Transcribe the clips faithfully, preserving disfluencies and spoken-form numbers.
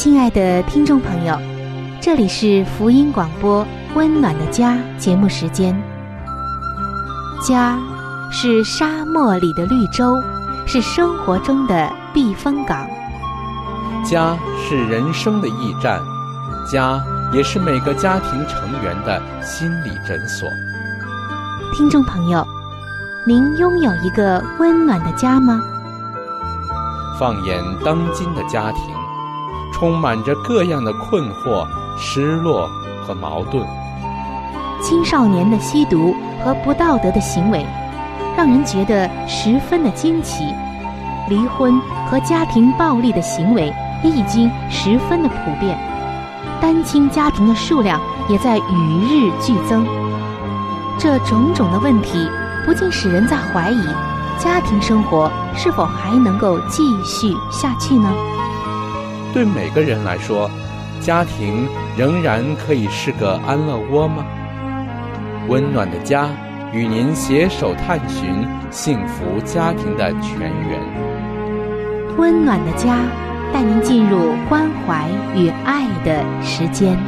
亲爱的听众朋友，这里是福音广播温暖的家节目时间。家是沙漠里的绿洲，是生活中的避风港。 家是人生的驿站，家也是每个家庭成员的心理诊所。 听众朋友，您拥有一个温暖的家吗？ 放眼当今的家庭，充满着各样的困惑、失落和矛盾。 青少年的吸毒和不道德的行为，让人觉得十分的惊奇。离婚和家庭暴力的行为也已经十分的普遍，单亲家庭的数量也在与日俱增。这种种的问题，不禁使人在怀疑，家庭生活是否还能够继续下去呢？ 对每个人来说，家庭仍然可以是个安乐窝吗？温暖的家与您携手探寻幸福家庭的泉源。 温暖的家带您进入关怀与爱的时间。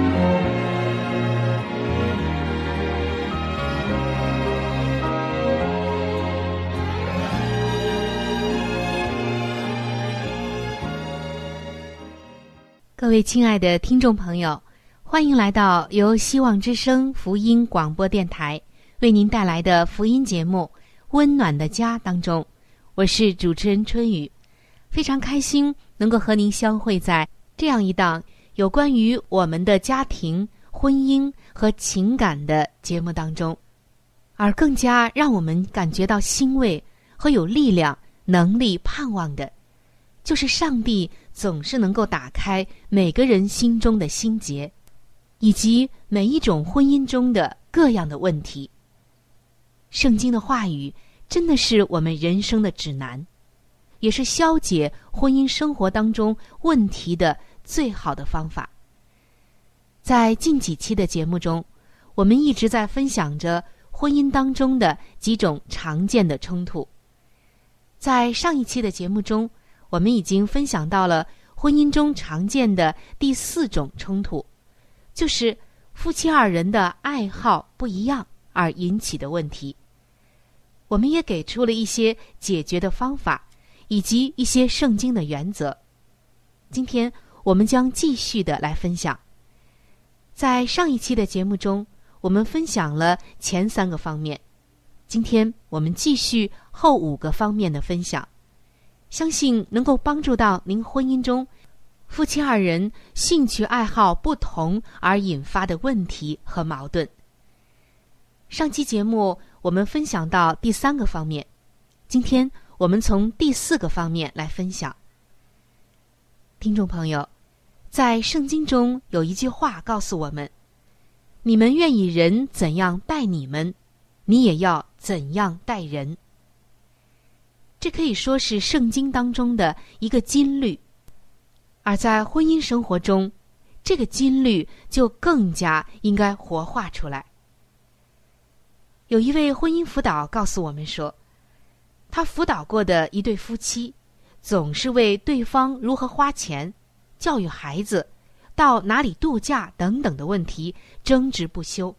各位亲爱的听众朋友，欢迎来到由希望之声福音广播电台为您带来的福音节目《温暖的家》当中，我是主持人春雨，非常开心能够和您相会在这样一档有关于我们的家庭、婚姻和情感的节目当中，而更加让我们感觉到欣慰和有力量、能力、盼望的，就是上帝总是能够打开每个人心中的心结，以及每一种婚姻中的各样的问题。圣经的话语真的是我们人生的指南，也是消解婚姻生活当中问题的最好的方法。在近几期的节目中，我们一直在分享着婚姻当中的几种常见的冲突。在上一期的节目中，我们已经分享到了婚姻中常见的第四种冲突，就是夫妻二人的爱好不一样而引起的问题。我们也给出了一些解决的方法，以及一些圣经的原则。今天我们将继续的来分享。在上一期的节目中，我们分享了前三个方面，今天我们继续后五个方面的分享，相信能够帮助到您婚姻中夫妻二人兴趣爱好不同而引发的问题和矛盾。上期节目我们分享到第三个方面，今天我们从第四个方面来分享。听众朋友，在圣经中有一句话告诉我们，你们愿意人怎样待你们，你也要怎样待人。这可以说是圣经当中的一个金律，而在婚姻生活中，这个金律就更加应该活化出来。有一位婚姻辅导告诉我们说，他辅导过的一对夫妻，总是为对方如何花钱、教育孩子、到哪里度假等等的问题争执不休。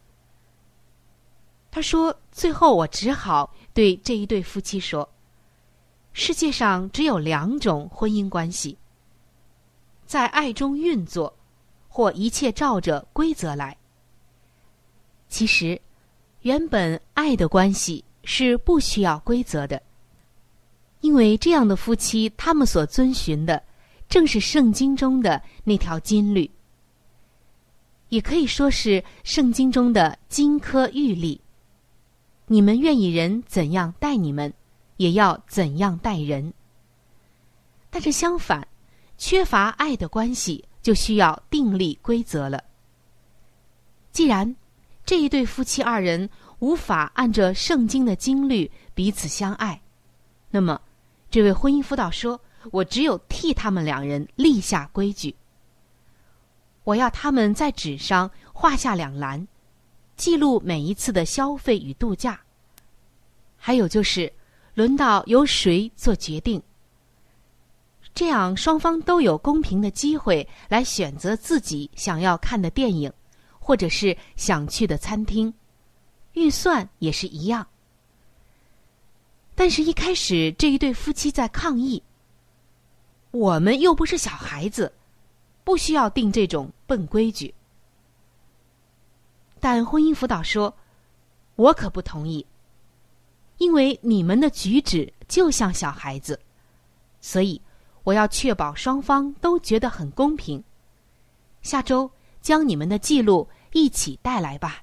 他说，最后我只好对这一对夫妻说，世界上只有两种婚姻关系，在爱中运作，或一切照着规则来。其实原本爱的关系是不需要规则的，因为这样的夫妻他们所遵循的正是圣经中的那条金律，也可以说是圣经中的金科玉律。你们愿意人怎样待你们，也要怎样待人。但是相反，缺乏爱的关系就需要订立规则了。既然这一对夫妻二人无法按着圣经的经律彼此相爱，那么这位婚姻辅导说，我只有替他们两人立下规矩。我要他们在纸上画下两栏，记录每一次的消费与度假，还有就是轮到由谁做决定。 这样双方都有公平的机会来选择自己想要看的电影，或者是想去的餐厅，预算也是一样。但是一开始这一对夫妻在抗议，我们又不是小孩子，不需要定这种笨规矩。但婚姻辅导说，我可不同意，因为你们的举止就像小孩子，所以我要确保双方都觉得很公平。下周将你们的记录一起带来吧。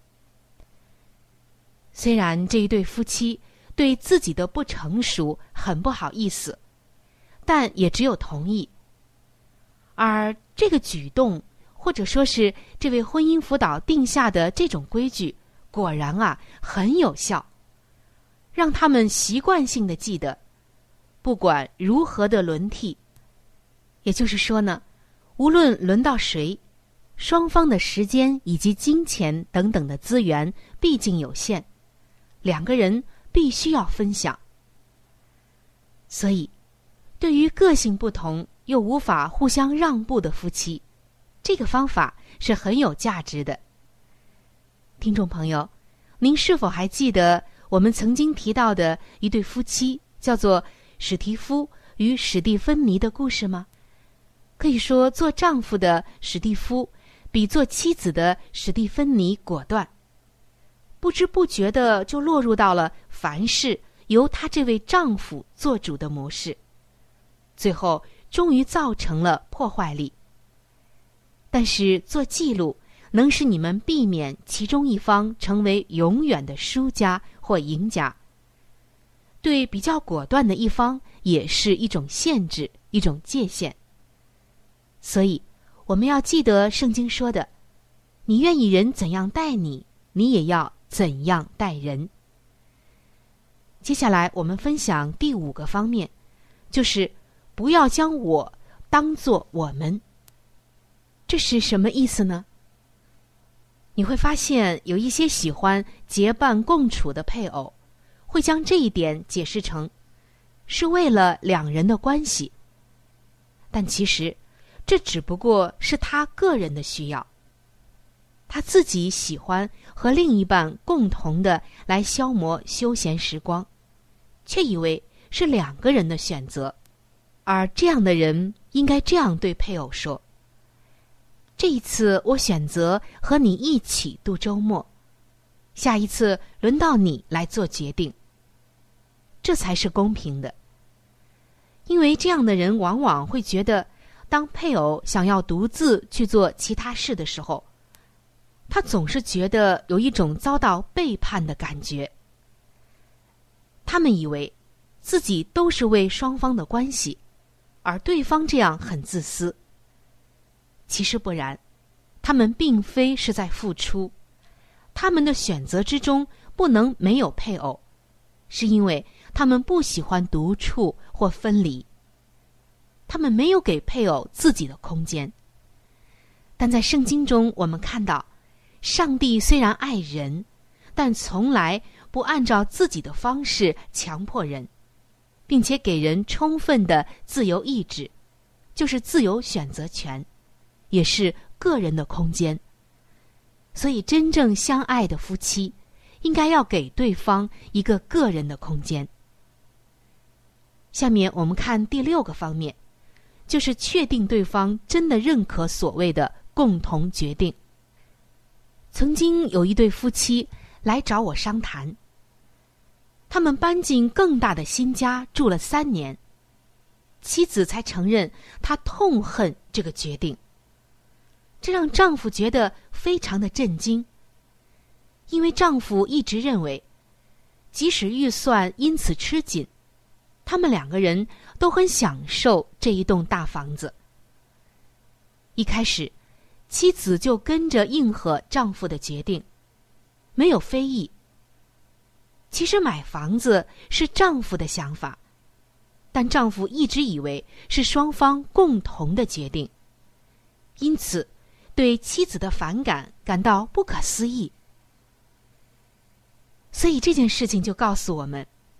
虽然这一对夫妻对自己的不成熟很不好意思，但也只有同意。而这个举动，或者说是这位婚姻辅导定下的这种规矩，果然啊很有效，让他们习惯性的记得，不管如何的轮替，也就是说呢，无论轮到谁，双方的时间以及金钱等等的资源毕竟有限，两个人必须要分享。所以对于个性不同又无法互相让步的夫妻，这个方法是很有价值的。听众朋友，您是否还记得我们曾经提到的一对夫妻，叫做史提夫与史蒂芬妮的故事吗？可以说，做丈夫的史蒂夫比做妻子的史蒂芬妮果断，不知不觉的就落入到了凡事由她这位丈夫做主的模式，最后终于造成了破坏力。但是做记录能使你们避免其中一方成为永远的输家或赢家，对比较果断的一方也是一种限制，一种界限。所以我们要记得圣经说的，你愿意人怎样待你，你也要怎样待人。接下来我们分享第五个方面，就是不要将我当作我们。这是什么意思呢？你会发现有一些喜欢结伴共处的配偶，会将这一点解释成是为了两人的关系，但其实这只不过是他个人的需要。他自己喜欢和另一半共同的来消磨休闲时光，却以为是两个人的选择。而这样的人应该这样对配偶说，这一次我选择和你一起度周末，下一次轮到你来做决定。这才是公平的。因为这样的人往往会觉得，当配偶想要独自去做其他事的时候，他总是觉得有一种遭到背叛的感觉。他们以为自己都是为双方的关系，而对方这样很自私。其实不然，他们并非是在付出，他们的选择之中不能没有配偶，是因为他们不喜欢独处或分离。他们没有给配偶自己的空间。但在圣经中我们看到，上帝虽然爱人，但从来不按照自己的方式强迫人，并且给人充分的自由意志，就是自由选择权，也是个人的空间。所以真正相爱的夫妻应该要给对方一个个人的空间。下面我们看第六个方面，就是确定对方真的认可所谓的共同决定。曾经有一对夫妻来找我商谈，他们搬进更大的新家住了三年，妻子才承认她痛恨这个决定。这让丈夫觉得非常的震惊，因为丈夫一直认为，即使预算因此吃紧，他们两个人都很享受这一栋大房子。一开始，妻子就跟着应和丈夫的决定，没有非议。其实买房子是丈夫的想法，但丈夫一直以为是双方共同的决定，因此对妻子的反感感到不可思议。所以这件事情就告诉我们，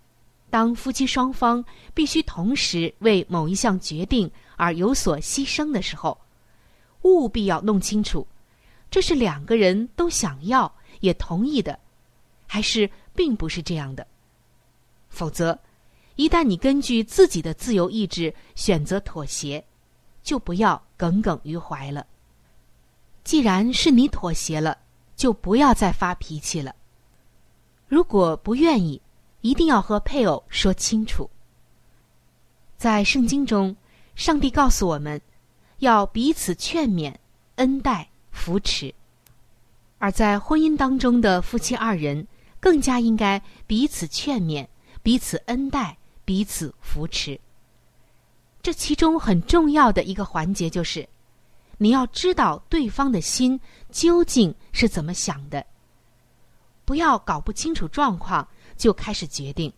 当夫妻双方必须同时为某一项决定而有所牺牲的时候，务必要弄清楚，这是两个人都想要也同意的，还是并不是这样的。否则，一旦你根据自己的自由意志选择妥协，就不要耿耿于怀了。既然是你妥协了，就不要再发脾气了。如果不愿意，一定要和配偶说清楚。在圣经中，上帝告诉我们，要彼此劝勉、恩待、扶持。而在婚姻当中的夫妻二人，更加应该彼此劝勉、彼此恩待、彼此扶持。这其中很重要的一个环节就是，你要知道对方的心究竟是怎么想的，不要搞不清楚状况就开始决定。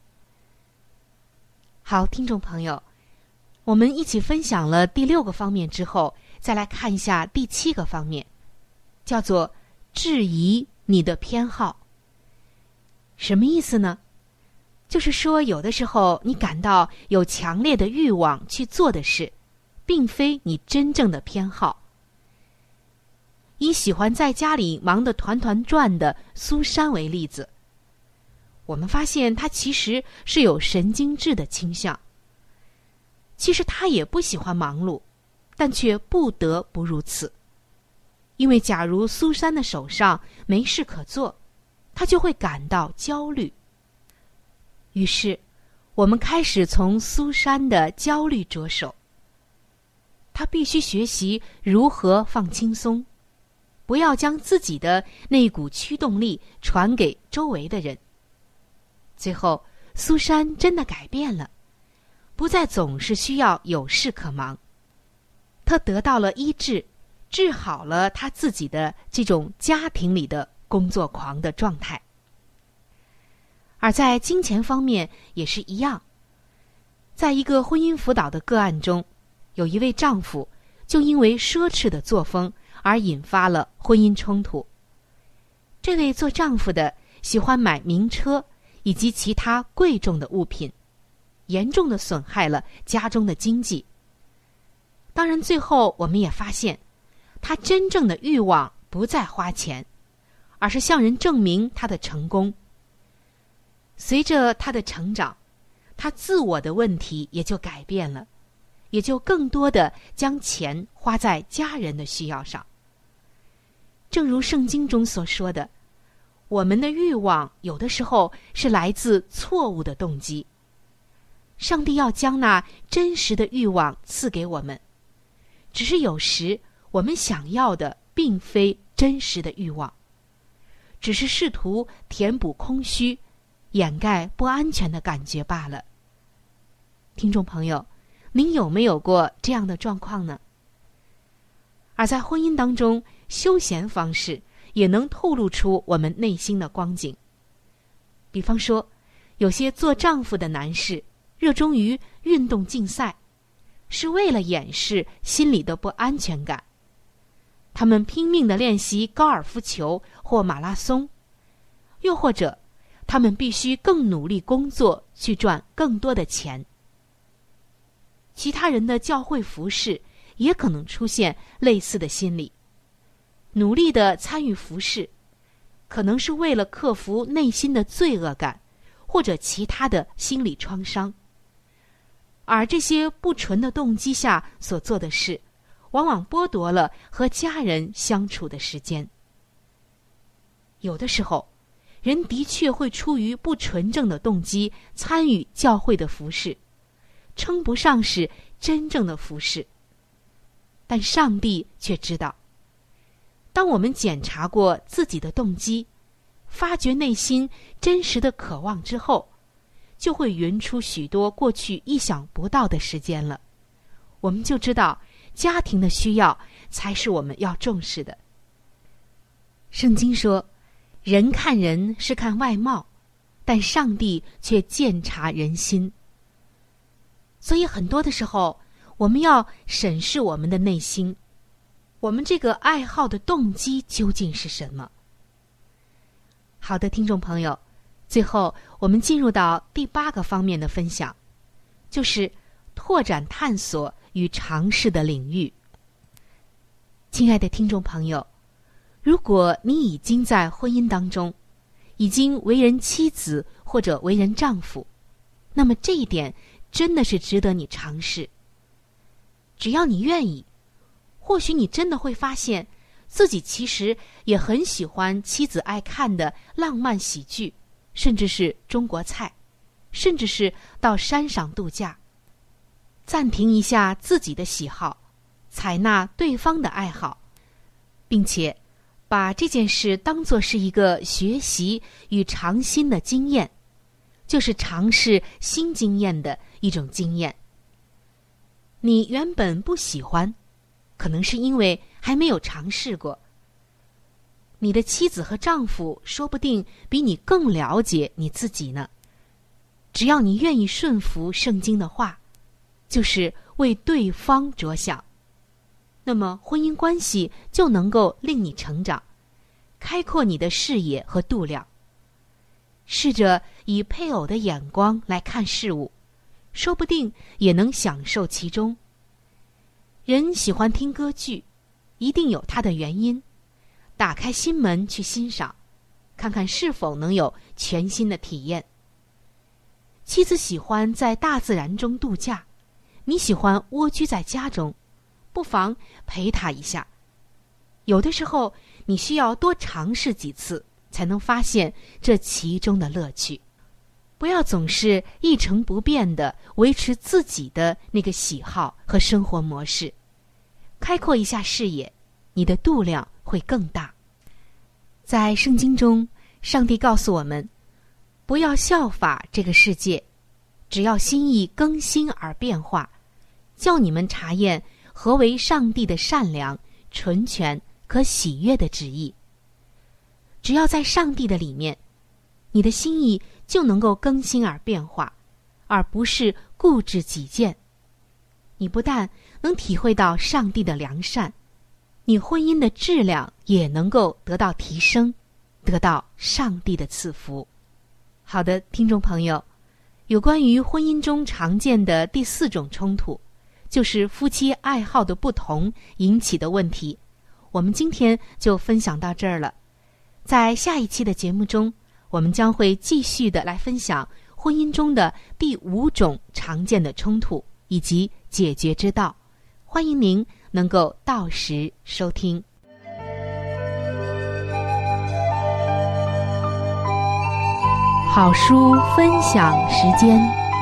好，听众朋友，我们一起分享了第六个方面之后，再来看一下第七个方面，叫做质疑你的偏好。什么意思呢？就是说，有的时候你感到有强烈的欲望去做的事，并非你真正的偏好。以喜欢在家里忙得团团转的苏珊为例子，我们发现她其实是有神经质的倾向。其实她也不喜欢忙碌，但却不得不如此。因为假如苏珊的手上没事可做，她就会感到焦虑。于是，我们开始从苏珊的焦虑着手。她必须学习如何放轻松，不要将自己的那股驱动力传给周围的人。最后，苏珊真的改变了，不再总是需要有事可忙。她得到了医治，治好了她自己的这种家庭里的工作狂的状态。而在金钱方面也是一样。在一个婚姻辅导的个案中，有一位丈夫就因为奢侈的作风而引发了婚姻冲突。这位做丈夫的喜欢买名车以及其他贵重的物品，严重的损害了家中的经济。当然，最后我们也发现，他真正的欲望不在花钱，而是向人证明他的成功。随着他的成长，他自我的问题也就改变了，也就更多的将钱花在家人的需要上。正如圣经中所说的，我们的欲望有的时候是来自错误的动机。上帝要将那真实的欲望赐给我们，只是有时我们想要的并非真实的欲望，只是试图填补空虚，掩盖不安全的感觉罢了。听众朋友，您有没有过这样的状况呢？而在婚姻当中，休闲方式也能透露出我们内心的光景。比方说，有些做丈夫的男士热衷于运动竞赛，是为了掩饰心里的不安全感。他们拼命地练习高尔夫球或马拉松，又或者他们必须更努力工作去赚更多的钱。其他人的教会服事也可能出现类似的心理，努力地参与服事，可能是为了克服内心的罪恶感或者其他的心理创伤。而这些不纯的动机下所做的事，往往剥夺了和家人相处的时间。有的时候，人的确会出于不纯正的动机参与教会的服事，称不上是真正的服事。但上帝却知道，当我们检查过自己的动机，发觉内心真实的渴望之后，就会匀出许多过去意想不到的时间了。我们就知道，家庭的需要才是我们要重视的。圣经说，人看人是看外貌，但上帝却鉴察人心。所以很多的时候，我们要审视我们的内心，我们这个爱好的动机究竟是什么？好的，听众朋友， 最后，我们进入到第八个方面的分享，就是拓展探索与尝试的领域。亲爱的听众朋友，如果你已经在婚姻当中，已经为人妻子或者为人丈夫，那么这一点真的是值得你尝试。只要你愿意，或许你真的会发现自己其实也很喜欢妻子爱看的浪漫喜剧，甚至是中国菜，甚至是到山上度假。暂停一下自己的喜好，采纳对方的爱好，并且把这件事当作是一个学习与尝新的经验，就是尝试新经验的一种经验。你原本不喜欢，可能是因为还没有尝试过。你的妻子和丈夫说不定比你更了解你自己呢。只要你愿意顺服圣经的话，就是为对方着想，那么婚姻关系就能够令你成长，开阔你的视野和度量。试着以配偶的眼光来看事物，说不定也能享受其中。人喜欢听歌剧，一定有它的原因。打开心门去欣赏，看看是否能有全新的体验。妻子喜欢在大自然中度假，你喜欢蜗居在家中，不妨陪她一下。有的时候你需要多尝试几次，才能发现这其中的乐趣。不要总是一成不变地维持自己的那个喜好和生活模式，开阔一下视野，你的度量会更大。在圣经中，上帝告诉我们，不要效法这个世界，只要心意更新而变化，叫你们查验何为上帝的善良、纯全、可喜悦的旨意。只要在上帝的里面，你的心意就能够更新而变化，而不是固执己见。你不但能体会到上帝的良善，你婚姻的质量也能够得到提升，得到上帝的赐福。好的，听众朋友，有关于婚姻中常见的第四种冲突，就是夫妻爱好的不同引起的问题，我们今天就分享到这儿了。在下一期的节目中，我们将会继续的来分享婚姻中的第五种常见的冲突以及解决之道。欢迎您能够到时收听。好书分享时间。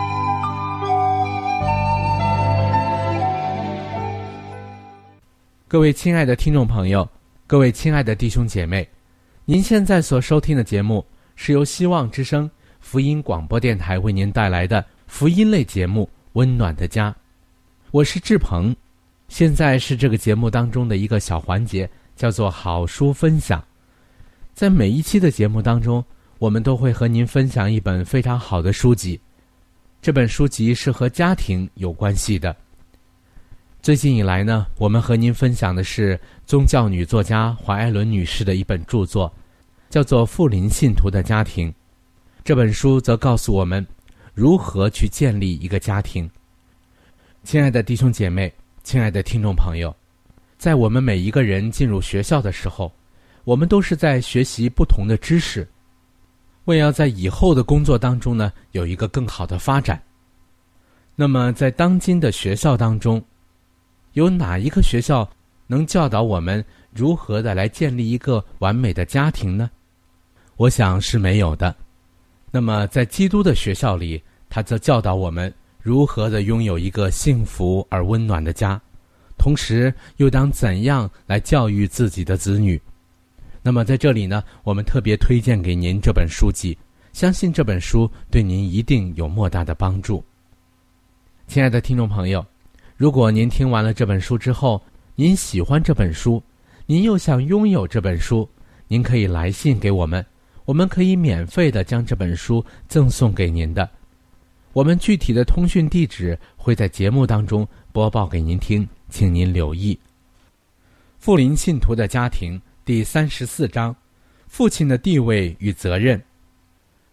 各位亲爱的听众朋友，各位亲爱的弟兄姐妹，您现在所收听的节目是由希望之声福音广播电台为您带来的福音类节目《温暖的家》，我是志鹏。现在是这个节目当中的一个小环节，叫做好书分享。在每一期的节目当中，我们都会和您分享一本非常好的书籍，这本书籍是和家庭有关系的。最近以来呢，我们和您分享的是宗教女作家华爱伦女士的一本著作，叫做《富林信徒的家庭》。这本书则告诉我们如何去建立一个家庭。亲爱的弟兄姐妹，亲爱的听众朋友，在我们每一个人进入学校的时候，我们都是在学习不同的知识，为要在以后的工作当中呢，有一个更好的发展。那么在当今的学校当中，有哪一个学校能教导我们如何的来建立一个完美的家庭呢？我想是没有的。那么在基督的学校里，他则教导我们如何的拥有一个幸福而温暖的家，同时又当怎样来教育自己的子女。那么在这里呢，我们特别推荐给您这本书籍，相信这本书对您一定有莫大的帮助。亲爱的听众朋友，如果您听完了这本书之后，您喜欢这本书，您又想拥有这本书，您可以来信给我们，我们可以免费的将这本书赠送给您的。我们具体的通讯地址会在节目当中播报给您听，请您留意。富林信徒的家庭第三十四章，父亲的地位与责任。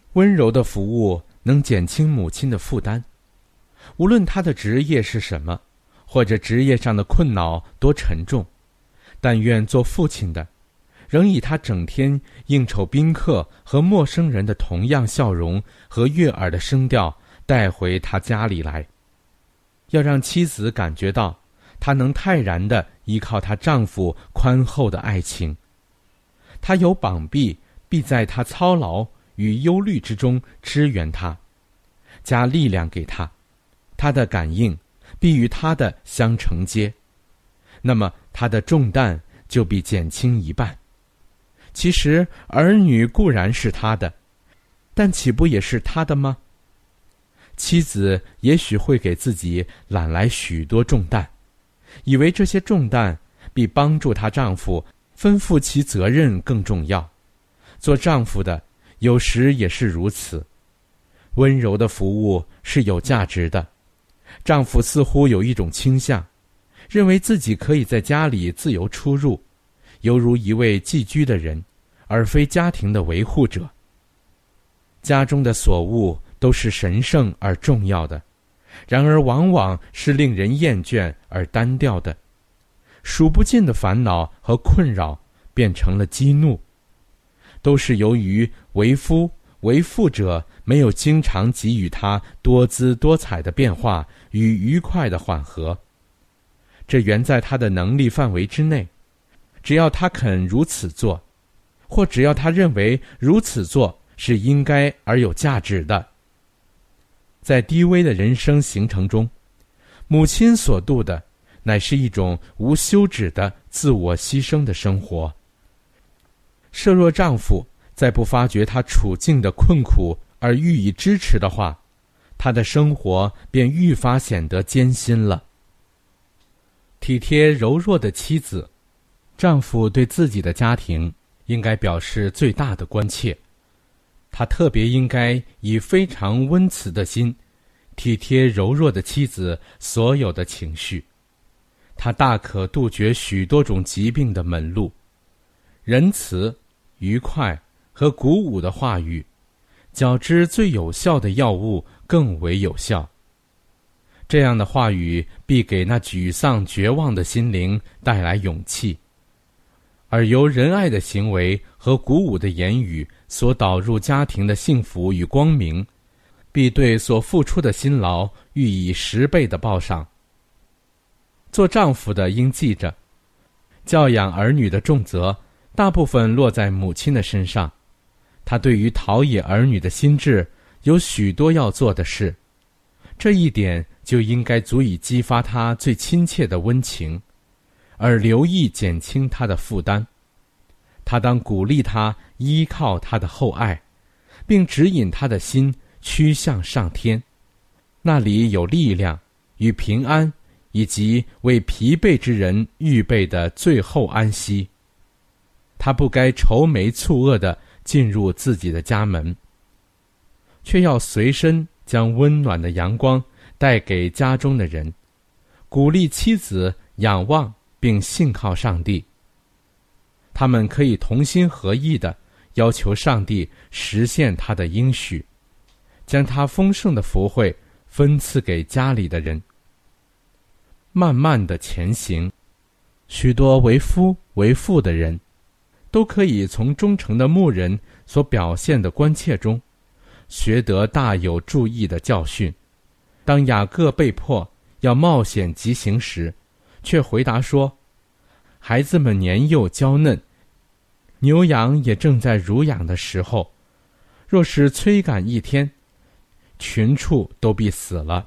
温柔的服务能减轻母亲的负担，无论她的职业是什么，或者职业上的困扰多沉重，但愿做父亲的仍以他整天应酬宾客和陌生人的同样笑容和悦耳的声调带回他家里来，要让妻子感觉到她能泰然地依靠她丈夫宽厚的爱情。她有膀臂必在她操劳与忧虑之中支援她，加力量给她，她的感应必与她的相承接，那么她的重担就必减轻一半。其实儿女固然是她的，但岂不也是她的吗？妻子也许会给自己揽来许多重担，以为这些重担比帮助她丈夫吩咐其责任更重要。做丈夫的有时也是如此。温柔的服务是有价值的，丈夫似乎有一种倾向，认为自己可以在家里自由出入，犹如一位寄居的人，而非家庭的维护者。家中的所务都是神圣而重要的，然而往往是令人厌倦而单调的，数不尽的烦恼和困扰变成了激怒，都是由于为夫为父者没有经常给予他多姿多彩的变化与愉快的缓和。这原在他的能力范围之内，只要他肯如此做，或只要他认为如此做是应该而有价值的。在低微的人生行程中，母亲所度的乃是一种无休止的自我牺牲的生活。设若丈夫再不发觉她处境的困苦而予以支持的话，她的生活便愈发显得艰辛了。体贴柔弱的妻子，丈夫对自己的家庭应该表示最大的关切，他特别应该以非常温慈的心体贴柔弱的妻子所有的情绪。他大可杜绝许多种疾病的门路，仁慈、愉快和鼓舞的话语，较之最有效的药物更为有效。这样的话语必给那沮丧绝望的心灵带来勇气，而由仁爱的行为和鼓舞的言语所导入家庭的幸福与光明，必对所付出的辛劳予以十倍的报赏。做丈夫的应记着，教养儿女的重责大部分落在母亲的身上，她对于陶冶儿女的心智有许多要做的事，这一点就应该足以激发她最亲切的温情，而留意减轻她的负担。她当鼓励她依靠她的厚爱，并指引她的心趋向上天，那里有力量与平安，以及为疲惫之人预备的最后安息。她不该愁眉蹙额地进入自己的家门，却要随身将温暖的阳光带给家中的人，鼓励妻子仰望并信靠上帝。他们可以同心合意地要求上帝实现他的应许，将他丰盛的福惠分赐给家里的人。慢慢地前行，许多为夫为父的人都可以从忠诚的牧人所表现的关切中学得大有注意的教训。当雅各被迫要冒险疾行时，却回答说，孩子们年幼娇嫩，牛羊也正在乳养的时候，若是催赶一天，群畜都必死了。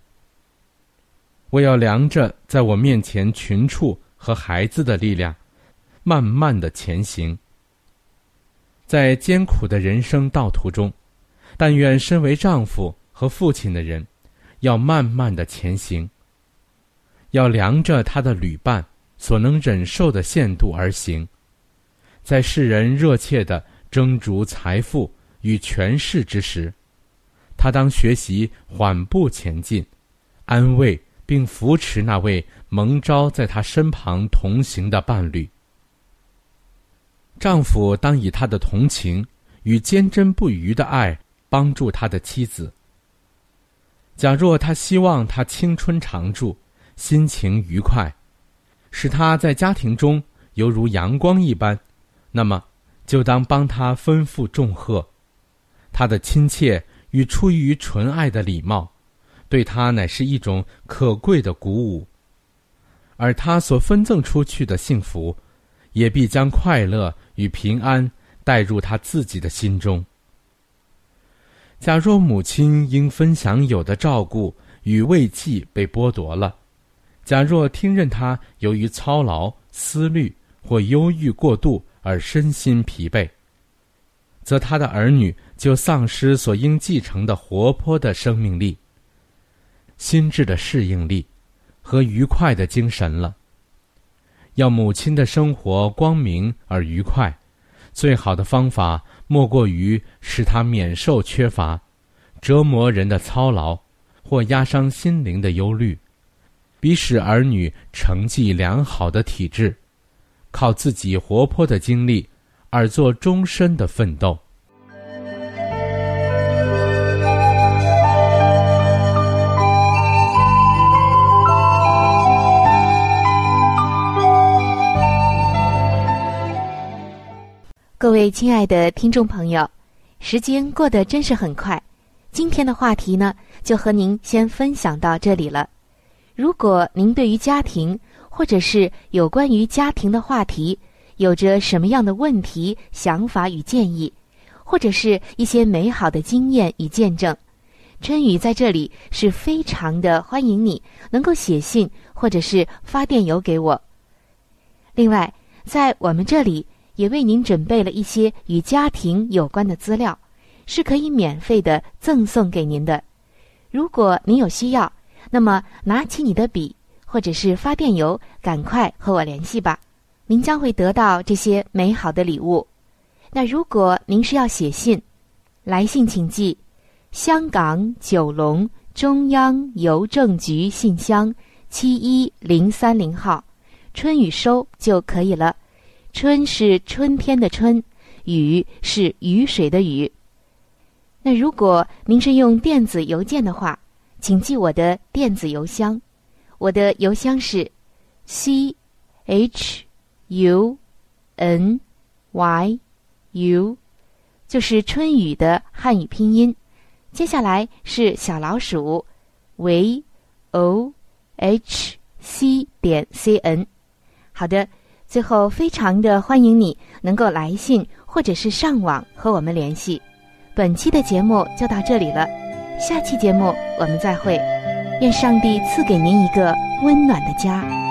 我要量着在我面前群畜和孩子的力量，慢慢地前行。在艰苦的人生道途中，但愿身为丈夫和父亲的人要慢慢地前行，要量着他的旅伴所能忍受的限度而行。在世人热切地争逐财富与权势之时，他当学习缓步前进，安慰并扶持那位蒙召在他身旁同行的伴侣。丈夫当以他的同情与坚贞不渝的爱帮助他的妻子。假若他希望他青春常驻，心情愉快，使他在家庭中犹如阳光一般，那么就当帮他吩咐重贺。他的亲切与出于纯爱的礼貌，对他乃是一种可贵的鼓舞，而他所分赠出去的幸福，也必将快乐与平安带入他自己的心中。假若母亲因分享有的照顾与慰藉被剥夺了，假若听任他由于操劳、思虑或忧郁过度而身心疲惫，则他的儿女就丧失所应继承的活泼的生命力、心智的适应力和愉快的精神了。要母亲的生活光明而愉快，最好的方法莫过于使他免受缺乏、折磨人的操劳或压伤心灵的忧虑，比使儿女成绩良好的体质，靠自己活泼的精力而做终身的奋斗。 各位亲爱的听众朋友，时间过得真是很快，今天的话题呢，就和您先分享到这里了。如果您对于家庭或者是有关于家庭的话题有着什么样的问题、想法与建议，或者是一些美好的经验与见证，春雨在这里是非常的欢迎你能够写信或者是发电邮给我。另外，在我们这里也为您准备了一些与家庭有关的资料，是可以免费的赠送给您的。如果您有需要，那么拿起你的笔或者是发电邮，赶快和我联系吧，您将会得到这些美好的礼物。那如果您是要写信，来信请寄香港九龙中央邮政局信箱七一零三零号，春雨收就可以了。春是春天的春，雨是雨水的雨。那如果您是用电子邮件的话，请记我的电子邮箱，我的邮箱是 c h u n y u， 就是春雨的汉语拼音，接下来是小老鼠 v o h c 点 c n。 好的，最后非常的欢迎你能够来信或者是上网和我们联系。本期的节目就到这里了，下期节目我们再会。愿上帝赐给您一个温暖的家。